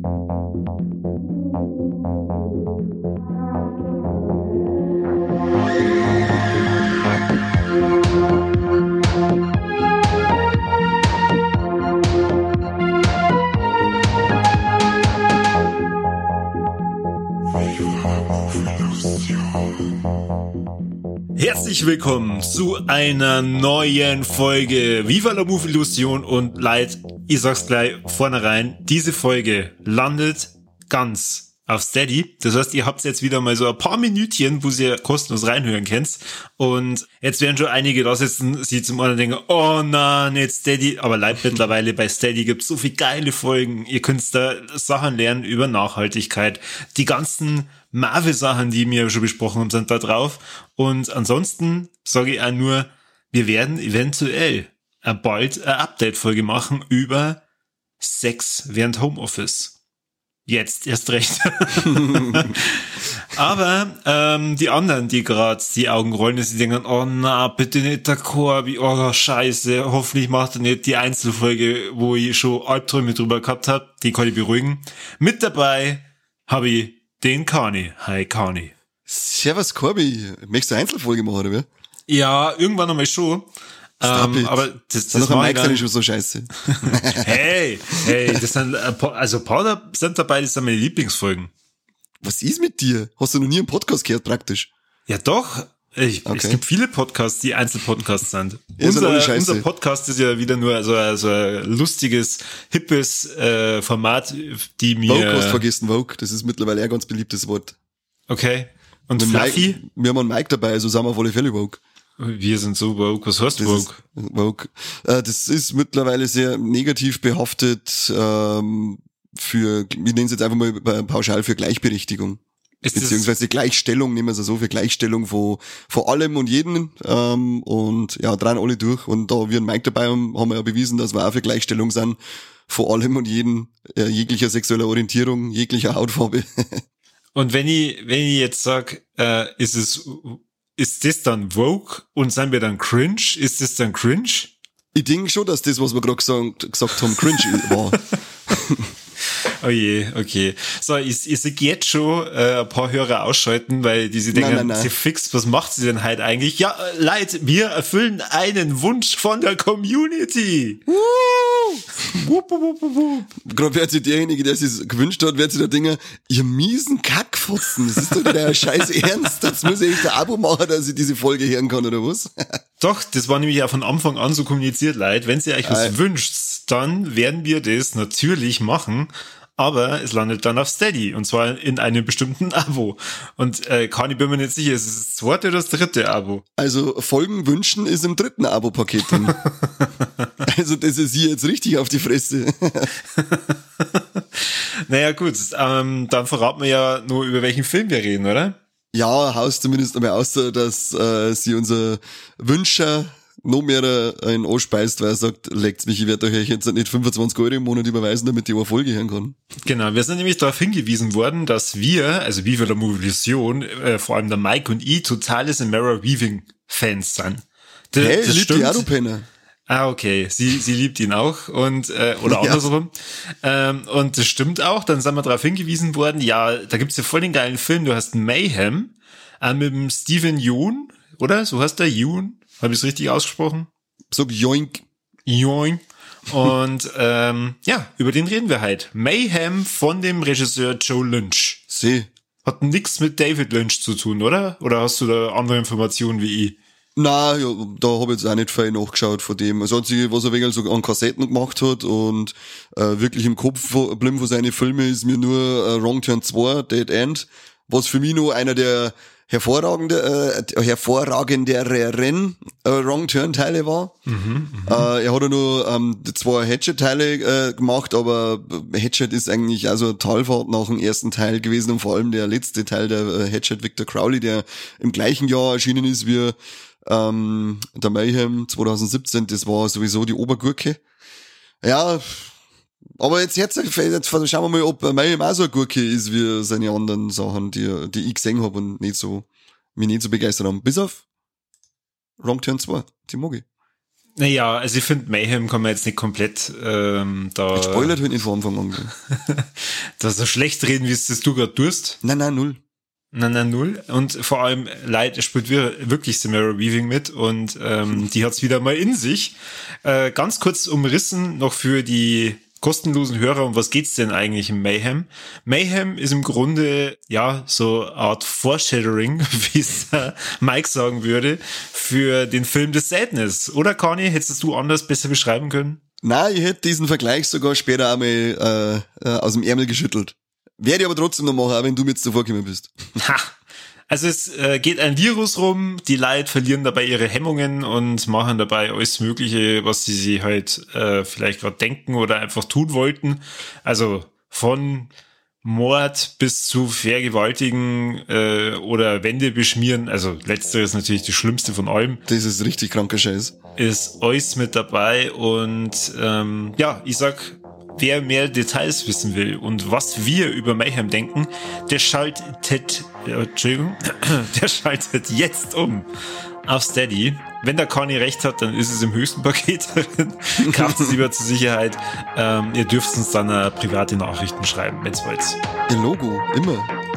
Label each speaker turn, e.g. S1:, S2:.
S1: Herzlich willkommen zu einer neuen Folge Viva la Move Illusion und Leid, ich sag's gleich vornherein, diese Folge landet ganz auf Steady. Das heißt, ihr habt jetzt wieder mal so ein paar Minütchen, wo ihr kostenlos reinhören könnt. Und jetzt werden schon einige da sitzen, sie zum anderen denken, oh nein, nicht Steady. Aber Leid, mittlerweile bei Steady gibt's so viele geile Folgen. Ihr könnt da Sachen lernen über Nachhaltigkeit. Die ganzen Marvel-Sachen, die wir schon besprochen haben, sind da drauf. Und ansonsten sage ich auch nur, wir werden eventuell bald eine Update-Folge machen über Sex während Homeoffice. Jetzt erst recht. Aber die anderen, die gerade die Augen rollen, die denken, oh na, bitte nicht der Corby, oh scheiße, hoffentlich macht er nicht die Einzelfolge, wo ich schon Albträume drüber gehabt habe, die kann ich beruhigen. Mit dabei habe ich den Kani. Hi Kani.
S2: Servus Corby. Möchtest du eine Einzelfolge machen, oder wie?
S1: Ja, irgendwann einmal schon. Aber das
S2: noch am Mike schon so scheiße.
S1: Hey, das sind, also ein paar sind dabei, das sind meine Lieblingsfolgen.
S2: Was ist mit dir? Hast du noch nie einen Podcast gehört, praktisch?
S1: Ja doch. Es gibt viele Podcasts, die Einzelpodcasts sind.
S2: Ja,
S1: unser Podcast ist ja wieder nur so ein lustiges, hippes Format, die mir...
S2: Vogue hast du vergessen, Vogue. Das ist mittlerweile ein ganz beliebtes Wort.
S1: Okay. Und Fluffy?
S2: Wir haben einen Mike dabei, also sind wir auf alle Fälle Vogue.
S1: Wir sind so Vogue. Was heißt Vogue?
S2: Vogue. Das ist mittlerweile sehr negativ behaftet für, ich nenne es jetzt einfach mal pauschal für Gleichberechtigung. Beziehungsweise Gleichstellung, nehmen wir es so, für Gleichstellung von allem und jedem, und ja, drehen alle durch. Und da wir einen Mike dabei haben, haben wir ja bewiesen, dass wir auch für Gleichstellung sind, von allem und jedem, jeglicher sexueller Orientierung, jeglicher Hautfarbe.
S1: Und wenn ich jetzt sag, ist das dann Vogue und sind wir dann cringe? Ist das dann cringe?
S2: Ich denke schon, dass das, was wir gerade gesagt haben, cringe war.
S1: Oh je, okay. So, ich sehe jetzt schon ein paar Hörer ausschalten, weil die sich denken,
S2: nein.
S1: sie fix, was macht sie denn halt eigentlich? Ja, Leute, wir erfüllen einen Wunsch von der Community.
S2: Gerade wird sich derjenige, der sich gewünscht hat, wird sich da denken, ihr miesen Kackfotzen, das ist doch nicht euer scheiß Ernst, jetzt muss ich echt ein Abo machen, dass ich diese Folge hören kann, oder was?
S1: Doch, das war nämlich ja von Anfang an so kommuniziert, Leute. Wenn ihr euch was wünscht, dann werden wir das natürlich machen. Aber es landet dann auf Steady, und zwar in einem bestimmten Abo. Und kann ich bin mir nicht sicher, ist es das zweite oder das dritte Abo?
S2: Also Folgen wünschen ist im dritten Abo-Paket drin. Also das ist hier jetzt richtig auf die Fresse.
S1: Naja gut, dann verraten wir ja nur, über welchen Film wir reden, oder?
S2: Ja, haust zumindest einmal aus, dass sie unser Wünscher noch mehr einen anspeist, weil er sagt, leckt's mich, ich werde euch jetzt nicht 25 € im Monat überweisen, damit ich eine Folge hören kann.
S1: Genau, wir sind nämlich darauf hingewiesen worden, dass wir, also Viva la Move Illusion, vor allem der Mike und ich, totale Samara Weaving-Fans sind.
S2: Hey, ich lieb die Arupenner.
S1: Ah, okay. Sie liebt ihn auch und oder andersrum. Ja. Und das stimmt auch. Dann sind wir darauf hingewiesen worden. Ja, da gibt's ja voll den geilen Film. Du hast Mayhem mit dem Steven Yeun, oder? So heißt der Yeun. Habe ich es richtig ausgesprochen?
S2: Sag Yoink.
S1: Yoink. Und ja, über den reden wir halt. Mayhem von dem Regisseur Joe Lynch. Hat nix mit David Lynch zu tun, oder? Oder hast du da andere Informationen wie ich?
S2: Na, ja, da habe ich jetzt auch nicht viel nachgeschaut von dem. Das Einzige, was er wegen so an Kassetten gemacht hat und wirklich im Kopf geblieben von seinen Filmen, ist mir nur Wrong Turn 2, Dead End, was für mich nur einer der hervorragenderen Wrong Turn Teile war. Er hat ja nur 2 Hatchet Teile gemacht, aber Hatchet ist eigentlich also eine Talfahrt nach dem ersten Teil gewesen, und vor allem der letzte Teil, der Hatchet Victor Crowley, der im gleichen Jahr erschienen ist wie der Mayhem 2017, das war sowieso die Obergurke. Ja, aber jetzt schauen wir mal, ob Mayhem auch so eine Gurke ist wie seine anderen Sachen, die ich gesehen habe und mich nicht so begeistert haben. Bis auf Wrong Turn 2, die mag ich.
S1: Naja, also ich finde, Mayhem kann man jetzt nicht komplett da...
S2: Spoilert halt nicht vor Anfang an.
S1: da so schlecht reden, wie es das du gerade tust.
S2: Nein, null.
S1: Nein, null. Und vor allem, Leid, spielt wirklich Samara Weaving mit und die hat's wieder mal in sich. Ganz kurz umrissen noch für die kostenlosen Hörer, um was geht's denn eigentlich im Mayhem? Mayhem ist im Grunde, ja, so eine Art Foreshadowing, wie es Mike sagen würde, für den Film The Sadness. Oder, Kanye, hättest du anders besser beschreiben können?
S2: Nein, ich hätte diesen Vergleich sogar später einmal aus dem Ärmel geschüttelt. Werde ich aber trotzdem noch machen, auch wenn du mir jetzt zuvor gekommen bist.
S1: Ha! Also es geht ein Virus rum, die Leute verlieren dabei ihre Hemmungen und machen dabei alles Mögliche, was sie halt vielleicht gerade denken oder einfach tun wollten. Also von Mord bis zu Vergewaltigen oder Wände beschmieren. Also letzteres ist natürlich das Schlimmste von allem.
S2: Das ist richtig kranker Scheiß.
S1: Ist alles mit dabei und ja, ich sag... Wer mehr Details wissen will und was wir über Mayhem denken, der schaltet jetzt um auf Steady. Wenn der Conny recht hat, dann ist es im höchsten Paket drin. Kauft es lieber zur Sicherheit. Ihr dürft uns dann private Nachrichten schreiben, wenn es wollt.
S2: Ihr Logo, immer.